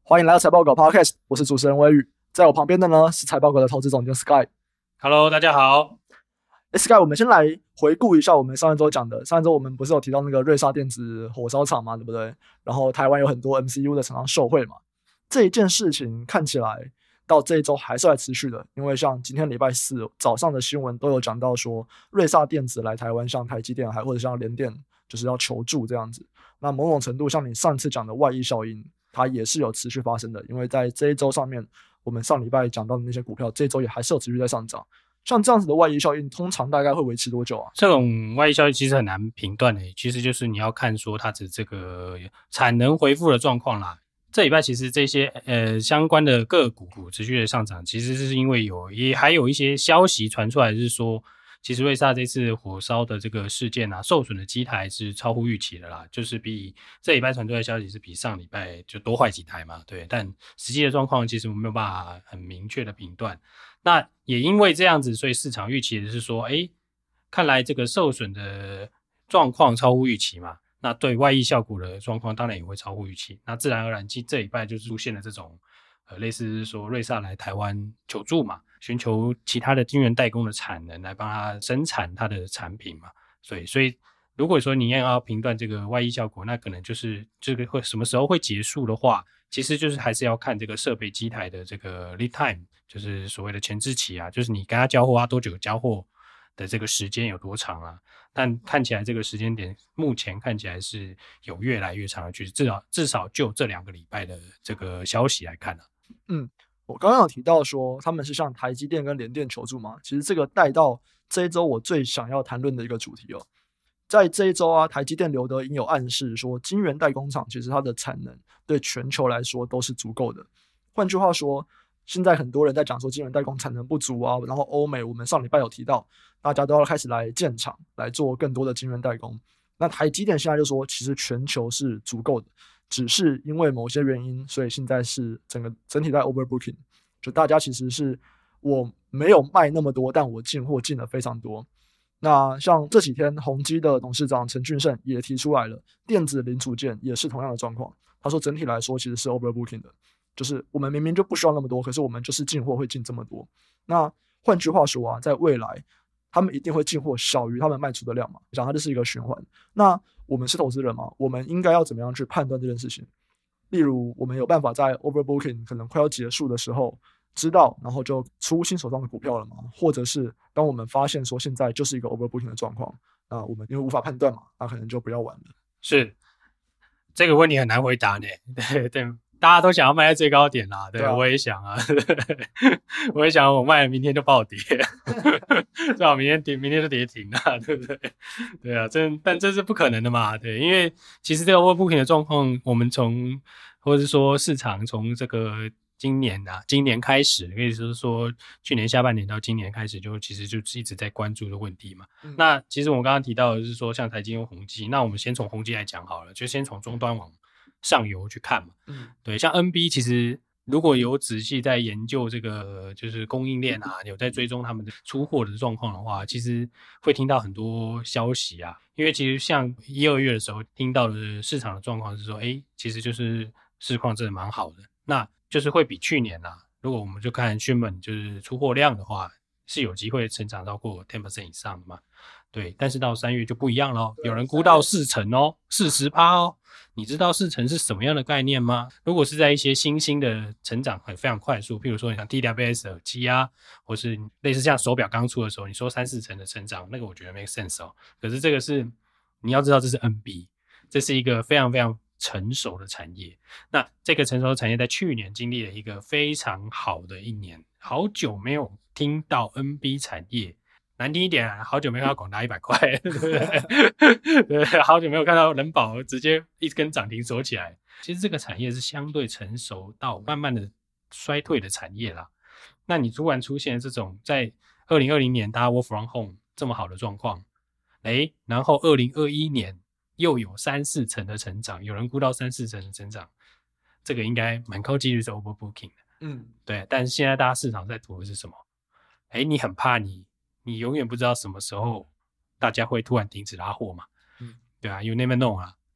欢迎来到财报狗 Podcast， 我是主持人威宇，在我旁边的呢是财报狗的投资总监 Sky。Hello， 大家好。 Sky， 我们先来回顾一下我们上一周讲的。上一周我们不是有提到那个瑞萨电子火烧厂嘛，对不对？然后台湾有很多 MCU 的厂商受惠嘛。这一件事情看起来到这一周还是在持续的，因为像今天礼拜四早上的新闻都有讲到说，瑞萨电子来台湾，像台积电还或者像联电，就是要求助这样子。那某种程度像你上次讲的外溢效应，它也是有持续发生的，因为在这一周上面，我们上礼拜讲到的那些股票，这一周也还是有持续在上涨。像这样子的外溢效应，通常大概会维持多久啊？ 这种外溢效应其实很难评断的，其实就是你要看说它的这个产能恢复的状况啦。这礼拜其实这些相关的个股持续的上涨，其实是因为也还有一些消息传出来，是说其实瑞萨这次火烧的这个事件啊，受损的机台是超乎预期的啦，就是比这礼拜传出来的消息是比上礼拜就多坏几台嘛，对，但实际的状况其实我们没有办法很明确的评断。那也因为这样子，所以市场预期的是说，看来这个受损的状况超乎预期嘛，那对外溢效果的状况当然也会超乎预期，那自然而然这礼拜就出现了这种类似说瑞萨来台湾求助嘛，寻求其他的晶圆代工的产能来帮他生产他的产品嘛，所以如果说你要评断这个外溢效果，那可能就是这个会什么时候会结束的话，其实就是还是要看这个设备机台的这个 lead time， 就是所谓的前置期啊，就是你跟他交货多久交货的这个时间有多长啊。但看起来这个时间点目前看起来是有越来越长的趋势，至少就这2个礼拜的这个消息来看啊。 我刚刚有提到说他们是向台积电跟联电求助嘛，其实这个带到这一周我最想要谈论的一个主题哦。在这一周啊，台积电刘德音有暗示说，晶圆代工厂其实它的产能对全球来说都是足够的。换句话说，现在很多人在讲说晶圆代工产能不足啊，然后欧美我们上礼拜有提到，大家都要开始来建厂来做更多的晶圆代工。那台积电现在就说，其实全球是足够的，只是因为某些原因，所以现在是整体在 overbooking， 就大家其实是我没有卖那么多，但我进货进了非常多。那像这几天宏基的董事长陈俊盛也提出来了，电子零组件也是同样的状况。他说整体来说其实是 overbooking 的，就是我们明明就不需要那么多，可是我们就是进货会进这么多。那换句话说啊，在未来他们一定会进货小于他们卖出的量嘛，想它就是一个循环。那我们是投资人嘛，我们应该要怎么样去判断这件事情？例如我们有办法在 overbooking 可能快要结束的时候知道，然后就出新手上的股票了吗？或者是当我们发现说现在就是一个 overbooking 的状况，那我们因为无法判断嘛，那可能就不要玩了。 是，这个问题很难回答呢。对，大家都想要卖在最高点啦，对，我也想啊，我也想我卖了明天就暴跌，最好明天就跌停啊，对不对？对啊，但这是不可能的嘛，对，因为其实这个 overbooking 的状况，我们或者是说市场从这个今年开始，可以说去年下半年到今年开始，其实就一直在关注的问题嘛。那其实我刚刚提到的是说，像台积电、宏基，那我们先从宏基来讲好了，就先从终端往上游去看嘛。对，像 NB 其实如果有仔细在研究这个就是供应链啊，有在追踪他们的出货的状况的话，其实会听到很多消息啊。因为其实像1、2月的时候听到的市场的状况是说，其实就是市况真的蛮好的，那就是会比去年啊，如果我们就看shipment就是出货量的话，是有机会成长到过 10% 以上的嘛。对，但是到3月就不一样咯，有人估到40%哦 ，40% 哦。你知道40%是什么样的概念吗？如果是在一些新兴的成长非常快速，譬如说像 TWS 耳机啊，或是类似像手表刚出的时候，你说3-4% 的成长，那个我觉得 make sense 哦。可是这个是你要知道这是 NB， 这是一个非常非常成熟的产业。那这个成熟的产业在去年经历了一个非常好的一年，好久没有听到 NB 产业，难听一点啊，好久没看到广达100块，对不对？对，好久没有看到人保直接一根涨停锁起来。其实这个产业是相对成熟到慢慢的衰退的产业啦。那你突然出现这种在2020年大家 work from home 这么好的状况，然后2021年又有3-4% 的成长，有人估到3-4% 的成长，这个应该蛮高几率是 overbooking 的。对，但是现在大家市场在赌的是什么？你很怕你永远不知道什么时候大家会突然停止拉货嘛。对啊， you never know 啊。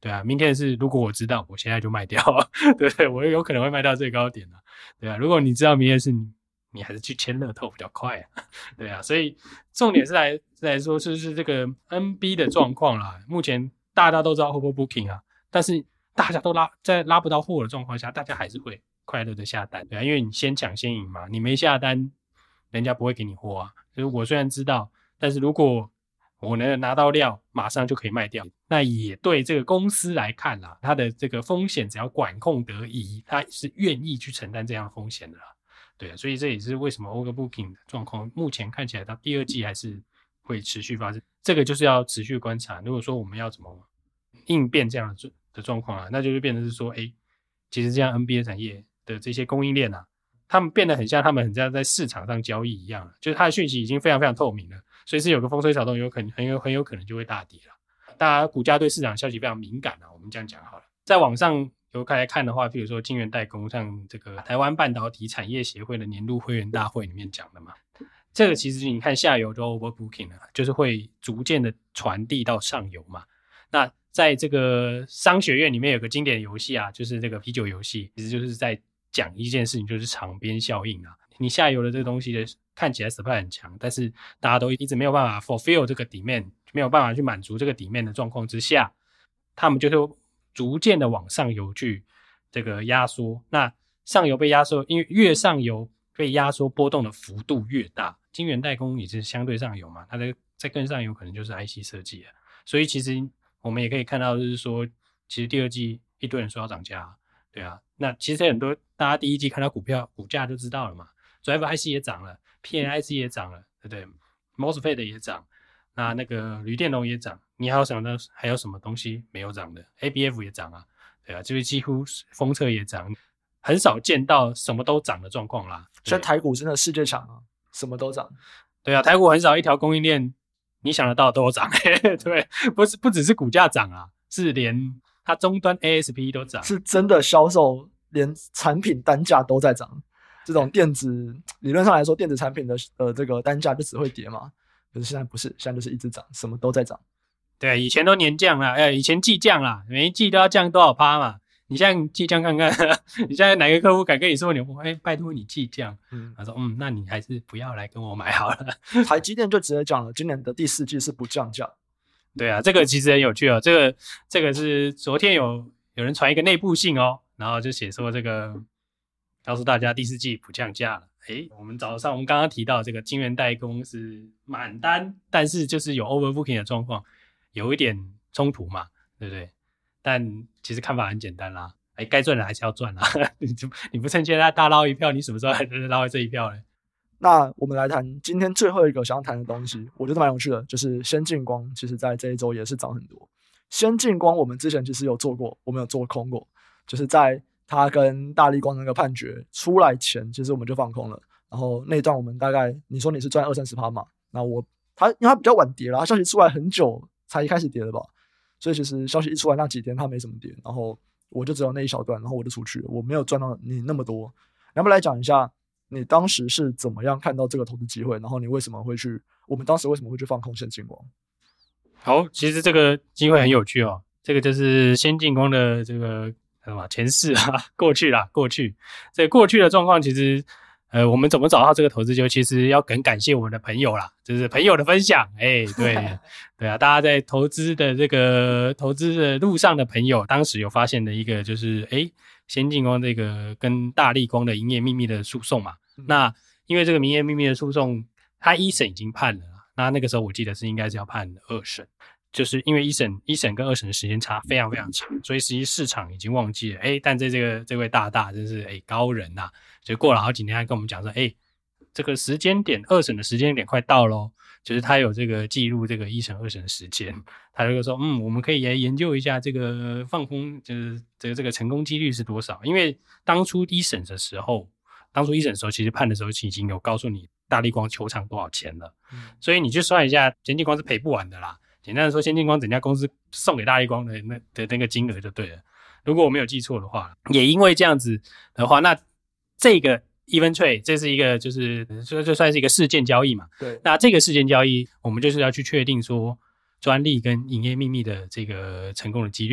对啊，明天的事如果我知道，我现在就卖掉，对不对？我有可能会卖到最高点啊，对啊。如果你知道明天的事，你还是去签乐透比较快啊，对啊。所以重点是来说，就是这个 NB 的状况啦。目前大家都知道 overbooking 啊，但是大家都在拉不到货的状况下，大家还是会快乐的下单，对啊，因为你先抢先赢嘛，你没下单，人家不会给你货啊。就是我虽然知道，但是如果我能拿到料，马上就可以卖掉，那也对这个公司来看啦，它的这个风险只要管控得宜，它是愿意去承担这样的风险的啦。对啊，所以这也是为什么 overbooking 的状况目前看起来到第二季还是会持续发生，这个就是要持续观察。如果说我们要怎么应变这样的状况啊，那就是变成是说，其实这样 NBA 产业的这些供应链啊，他们变得很像在市场上交易一样，就是它的讯息已经非常非常透明了，随时有个风吹草动，很有可能就会大跌了。大家股价对市场消息非常敏感啊，我们这样讲好了。在网上有来看的话，比如说晶圆代工，像这个台湾半导体产业协会的年度会员大会里面讲的嘛，这个其实你看下游都 overbooking 了，就是会逐渐的传递到上游嘛。那在这个商学院里面有个经典的游戏啊，就是这个啤酒游戏，其实就是在讲一件事情，就是场边效应啊。你下游的这个东西的看起来 supply 很强，但是大家都一直没有办法 fulfill 这个 demand， 没有办法去满足这个 demand 的状况之下，他们就是逐渐的往上游去这个压缩。那上游被压缩，因为越上游被压缩波动的幅度越大，晶圆代工也是相对上游嘛，它在更上游可能就是 IC 设计了。所以其实我们也可以看到，就是说，其实第二季一堆人说要涨价，对啊。那其实很多大家第一季看到股价就知道了嘛 ，Driver IC 也涨了 ，PN IC 也涨了，对不对 ？MOSFET 也涨，那个铝电容也涨，你还有什么东西没有涨的 ？ABF 也涨啊，对啊，就是几乎封测也涨，很少见到什么都涨的状况啦。 现在台股真的世界强啊，什么都涨。 对啊，台股很少一条供应链。你想得到都有涨，对，不只是股价涨啊，是连它终端 ASP 都涨， 是真的销售连产品单价都在涨。这种电子理论上来说，电子产品的这个单价就只会跌嘛，可是现在不是，现在就是一直涨，什么都在涨。 对，以前都年降啦，以前季降啦，每一季都要降多少%嘛。你现在季降看看，你现在哪个客户敢跟你说拜托你季降？他说那你还是不要来跟我买好了。 台积电就直接讲了，今年的第四季是不降价。 对啊，这个其实很有趣哦。这个是昨天有人传一个内部信哦，然后就写说这个告诉大家第四季不降价了。我们刚刚提到这个晶圆代工是满单，但是就是有 overbooking 的状况，有一点冲突嘛，对不对？但其实看法很简单啦，该赚的还是要赚啦。你不趁现在大捞一票，你什么时候还能捞这一票呢？ 那我们来谈今天最后一个想要谈的东西，我觉得蛮有趣的，就是先进光，其实在这一周也是涨很多。先进光我们之前其实有做过，我们有做空过，就是在它跟大立光那个判决出来前，其实我们就放空了。然后那一段我们大概你说你是赚20-30%嘛，那因为它比较晚跌了，它消息出来很久才一开始跌的吧。所以其实消息一出来那几天它没什么跌，然后我就只有那一小段，然后我就出去了，我没有赚到你那么多。要不来讲一下你当时是怎么样看到这个投资机会，然后我们当时为什么会去放空先进光？ 好，其实这个机会很有趣哦，这个就是先进光的这个前世啊，过去这过去的状况其实。我们怎么找到这个投资机会？其实要很感谢我们的朋友啦，就是朋友的分享。对对啊，大家在投资的路上的朋友，当时有发现的一个就是先进光这个跟大立光的营业秘密的诉讼嘛。那因为这个营业秘密的诉讼，他一审已经判了，那个时候我记得应该是要判二审。就是因为一审跟二审的时间差非常非常长，所以实际市场已经忘记了。但这位大真是高人啊，就过了好几年还跟我们讲说，这个时间点二审的时间点快到咯，就是他有这个记录这个一审二审的时间，他就说我们可以来研究一下这个放空就是这个成功几率是多少。因为当初一审的时候其实判的时候已经有告诉你大立光球场多少钱了，所以你去算一下先进光是赔不完的啦。简单的说，先进光整家公司送给大立光的那个金额就对了。如果我没有记错的话，也因为这样子的话，那这个 event trade 这是一个就算是一个事件交易嘛。 对。 那这个事件交易，我们就是要去确定说专利跟营业秘密的这个成功的几率嘛。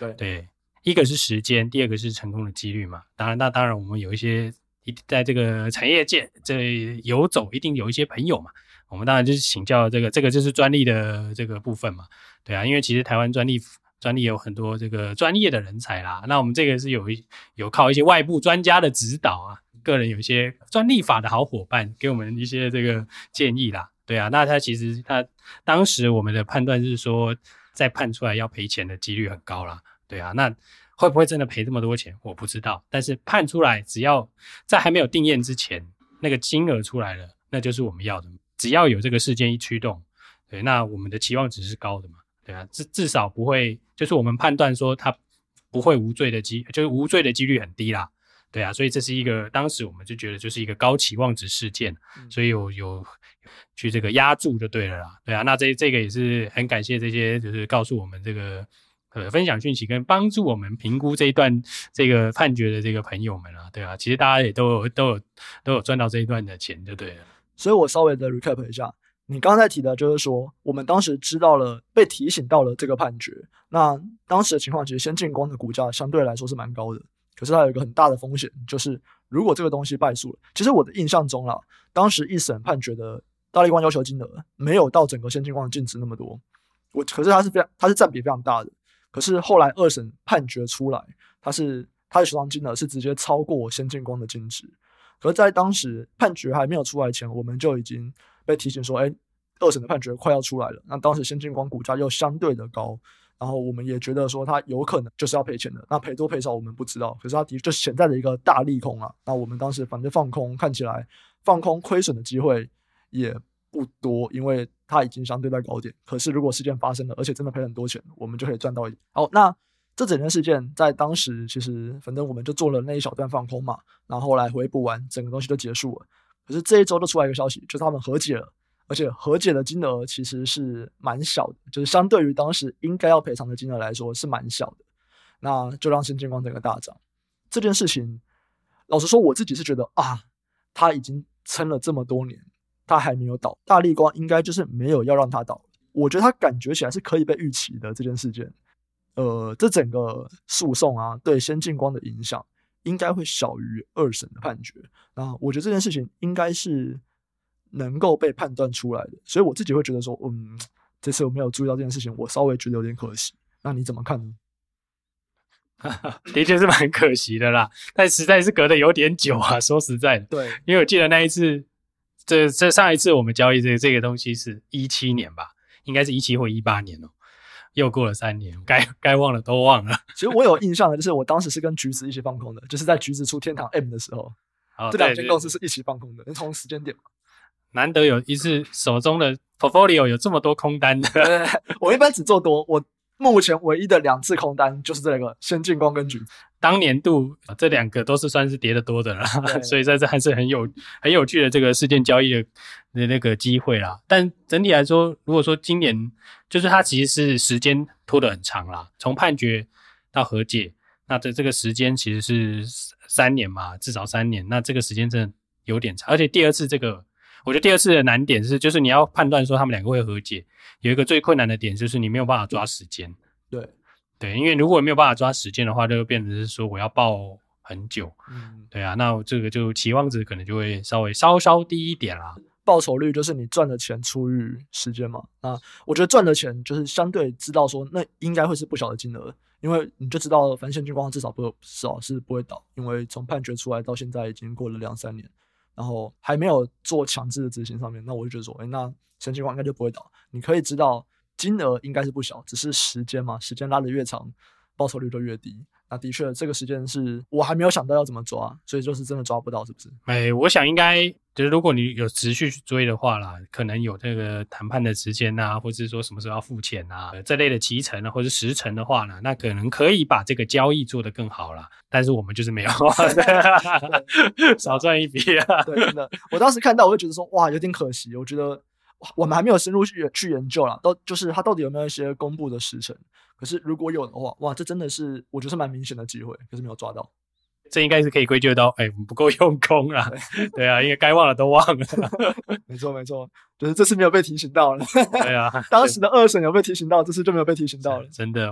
对，一个是时间，第二个是成功的几率嘛。当然我们有一些在这个产业界这游走，一定有一些朋友嘛。我们当然就是请教这个就是专利的这个部分嘛。对啊，因为其实台湾专利有很多这个专业的人才啦。那我们这个是有靠一些外部专家的指导啊，个人有一些专利法的好伙伴给我们一些这个建议啦。对啊，那他当时我们的判断是说，再判出来要赔钱的几率很高啦。对啊，那会不会真的赔这么多钱我不知道，但是判出来只要在还没有定验之前那个金额出来了，那就是我们要的。只要有这个事件一驱动，对，那我们的期望值是高的嘛。对啊，至少不会，就是我们判断说他不会无罪的就是无罪的几率很低啦。对啊，所以这是一个当时我们就觉得就是一个高期望值事件，所以有去这个压住就对了啦。对啊，那这个也是很感谢这些就是告诉我们这个分享讯息跟帮助我们评估这一段这个判决的这个朋友们啊。对啊，其实大家也都有赚到这一段的钱就对了。 所以我稍微的 recap 一下，你刚才提的就是说，我们当时知道了，被提醒到了这个判决。那当时的情况，其实先进光的股价相对来说是蛮高的，可是它有一个很大的风险，就是如果这个东西败诉了，其实我的印象中啦，当时一审判决的大立光要求金额没有到整个先进光的净值那么多，可是它是占比非常大的。可是后来二审判决出来，它的求偿金额是直接超过先进光的净值。可是在当时判决还没有出来前，我们就已经被提醒说，二审的判决快要出来了。那当时先进光股价又相对的高，然后我们也觉得说它有可能就是要赔钱的。那赔多赔少我们不知道，可是它的确就潜在的一个大利空啊。那我们当时反正放空，看起来放空亏损的机会也不多，因为它已经相对在高点。可是如果事件发生了，而且真的赔很多钱，我们就可以赚到一点。好，那这整件事件在当时其实反正我们就做了那一小段放空嘛，然后后来回补完，整个东西就结束了。可是这一周就出来一个消息，就是他们和解了，而且和解的金额其实是蛮小的，就是相对于当时应该要赔偿的金额来说是蛮小的。那就让先进光整个大涨。这件事情老实说我自己是觉得他已经撑了这么多年，他还没有倒，大立光应该就是没有要让他倒。我觉得他感觉起来是可以被预期的这件事件。这整个诉讼啊，对先进光的影响应该会小于二审的判决。那我觉得这件事情应该是能够被判断出来的，所以我自己会觉得说，这次我没有注意到这件事情，我稍微觉得有点可惜。那你怎么看呢？ 的确是蛮可惜的啦，但实在是隔得有点久啊。说实在的， 对， 因为我记得那一次，这上一次我们交易这个东西是17年吧，应该是17或18年哦。又过了3年，该忘了都忘了。 其实我有印象的，就是我当时是跟橘子一起放空的，就是在橘子出天堂 M 的时候，这两间公司是一起放空的，同时间点嘛。 难得有一次手中的 portfolio 有这么多空单的。 对，我一般只做多，我目前唯一的2次空单就是这个先进光跟橘子。 当年度这2个都是算是跌得多的啦，所以在这还是很有趣的这个事件交易的那个机会啦。但整体来说，如果说今年就是它其实是时间拖得很长啦，从判决到和解，那这个时间其实是3年嘛，至少3年。那这个时间真的有点长，而且第二次我觉得第二次的难点是，就是你要判断说他们2个会和解，有一个最困难的点就是你没有办法抓时间。对，因为如果没有办法抓时间的话，就会变成是说我要报很久。对啊，那这个就期望值可能就会稍低一点啦。 报酬率就是你赚的钱除以时间嘛。那我觉得赚的钱就是相对知道说那应该会是不小的金额，因为你就知道反正先进光至少是不会倒，因为从判决出来到现在已经过了2-3年，然后还没有做强制的执行上面，那我就觉得说，那先进光应该就不会倒。你可以知道金额应该是不小，只是时间嘛，时间拉得越长，报酬率就越低。那的确，这个时间是我还没有想到要怎么抓，所以就是真的抓不到，是不是？ 我想应该就是如果你有持续去追的话啦，可能有这个谈判的时间啊，或者是说什么时候要付钱啊，这类的期程啊，或者时程的话呢，那可能可以把这个交易做得更好啦。但是我们就是没有，少赚一笔啊。 对，真的，我当时看到我就觉得说，哇，有点可惜。我觉得我们还没有深入去研究啦，就是它到底有没有一些公布的时程。可是如果有的话，哇，这真的是我觉得是蛮明显的机会，可是没有抓到。 这应该是可以归咎到不够用功啦。对啊，因为该忘了都忘了。 没错，就是这次没有被提醒到了。 对啊， 当时的2审有被提醒到，这次就没有被提醒到了。 真的，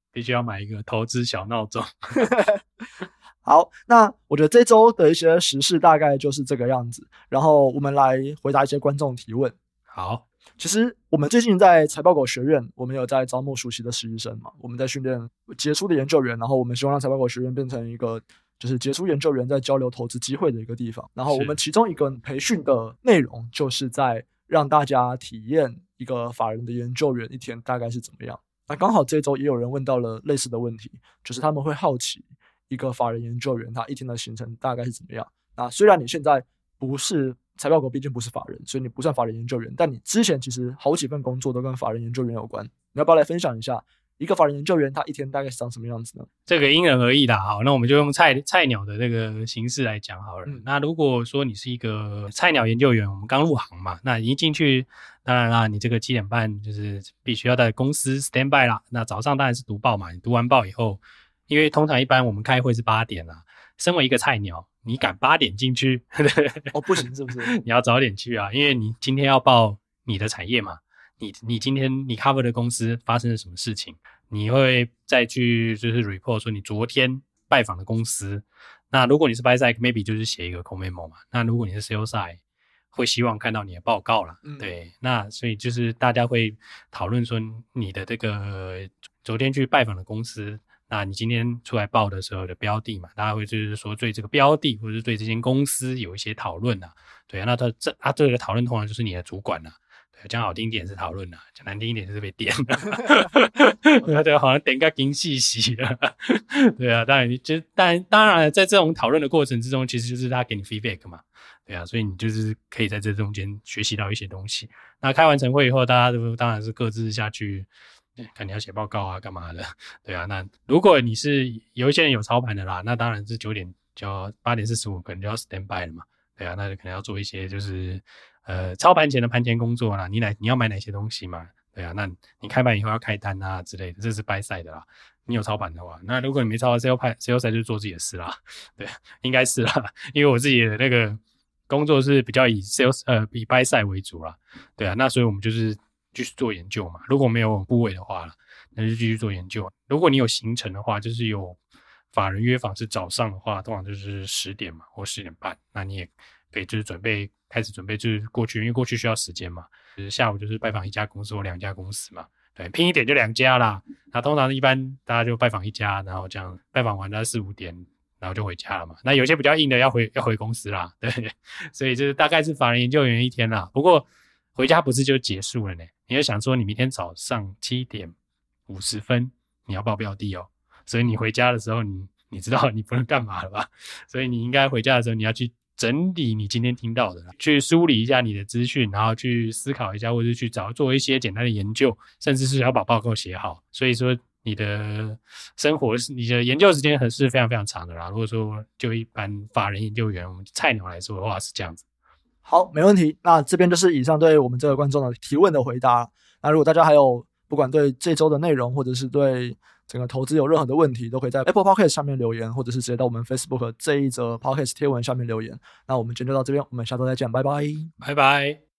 必须要买一个投资小闹钟。 好，那我觉得这周的一些时事大概就是这个样子，然后我们来回答一些观众提问。 好， 其实我们最近在财报狗学院，我们有在招募暑期的实习生嘛，我们在训练杰出的研究员，然后我们希望让财报狗学院变成一个就是杰出研究员在交流投资机会的一个地方。然后我们其中一个培训的内容就是在让大家体验一个法人的研究员一天大概是怎么样。那刚好这周也有人问到了类似的问题，就是他们会好奇一个法人研究员他一天的行程大概是怎么样。那虽然你现在不是财报狗，毕竟不是法人，所以你不算法人研究员，但你之前其实好几份工作都跟法人研究员有关。你要不要来分享一下一个法人研究员他一天大概是长什么样子呢？ 这个因人而异啦。好，那我们就用菜鸟的那个形式来讲好了。那如果说你是一个菜鸟研究员，我们刚入行嘛，那一进去，当然啦，你这个7点半就是必须要在公司 stand by 啦。那早上当然是读报嘛，你读完报以后，因为通常一般我们开会是8点啦，身为一个菜鸟，你敢8点进去？ 哦，不行是不是？ 你要早点去啊，因为你今天要报你的产业嘛，你今天你 cover 的公司发生了什么事情，你会再去就是 report 说你昨天拜访的公司。那如果你是 buy side maybe 就是写一个 memo 嘛，那如果你是 sell side 会希望看到你的报告啦。对，那所以就是大家会讨论说你的这个昨天去拜访的公司，那你今天出来报的时候的标的嘛，大家会就是说对这个标的或者是对这间公司有一些讨论啊。对啊，那这个讨论通常就是你的主管啊。对，讲好听一点是讨论啊，讲难听一点就是被点了。对，好像点个金细细的。对啊，当然在这种讨论的过程之中，其实就是他给你 feedback 嘛。对啊，所以你就是可以在这中间学习到一些东西。那开完晨会以后，大家都当然是各自下去看你要写报告啊干嘛的。对啊，那如果你是有一些人有操盘的啦，那当然是9点就要8点45可能就要 stand by 了嘛。对啊，那就可能要做一些就是操盘前的盘前工作啦，你要买哪些东西嘛。对啊，那你开盘以后要开单啊之类的，这是 buy side 的啦。你有操盘的话，那如果你没操盘 sell side 就做自己的事啦。对，应该是啦，因为我自己的那个工作是比较以 以 buy side 为主啦。对啊，那所以我们就是继续做研究嘛。如果没有部位的话啦，那就继续做研究。如果你有行程的话，就是有法人约访是早上的话，通常就是10点嘛或10点半，那你也可以就是开始准备就是过去，因为过去需要时间嘛，就是下午就是拜访1家公司或2家公司嘛。对，拼一点就2家啦。那通常一般大家就拜访1家，然后这样拜访完大概4、5点，然后就回家了嘛。那有些比较硬的要回公司啦。对，所以就是大概是法人研究员一天啦。不过回家不是就结束了呢？你就想说你明天早上7点50分你要报标的哦，所以你回家的时候你知道你不能干嘛了吧？所以你应该回家的时候你要去整理你今天听到的，去梳理一下你的资讯，然后去思考一下，或者去做一些简单的研究，甚至是要把报告写好。所以说你的生活你的研究时间是非常非常长的啦。如果说就一般法人研究员我们菜鸟来说的话是这样子。 好，没问题。那这边就是以上对我们这个观众的提问的回答。那如果大家还有不管对这周的内容，或者是对整个投资有任何的问题，都可以在 Apple Podcast 上面留言，或者是直接到我们 Facebook 这一则 Podcast 贴文下面留言。那我们今天就到这边，我们下周再见，拜拜， 拜拜。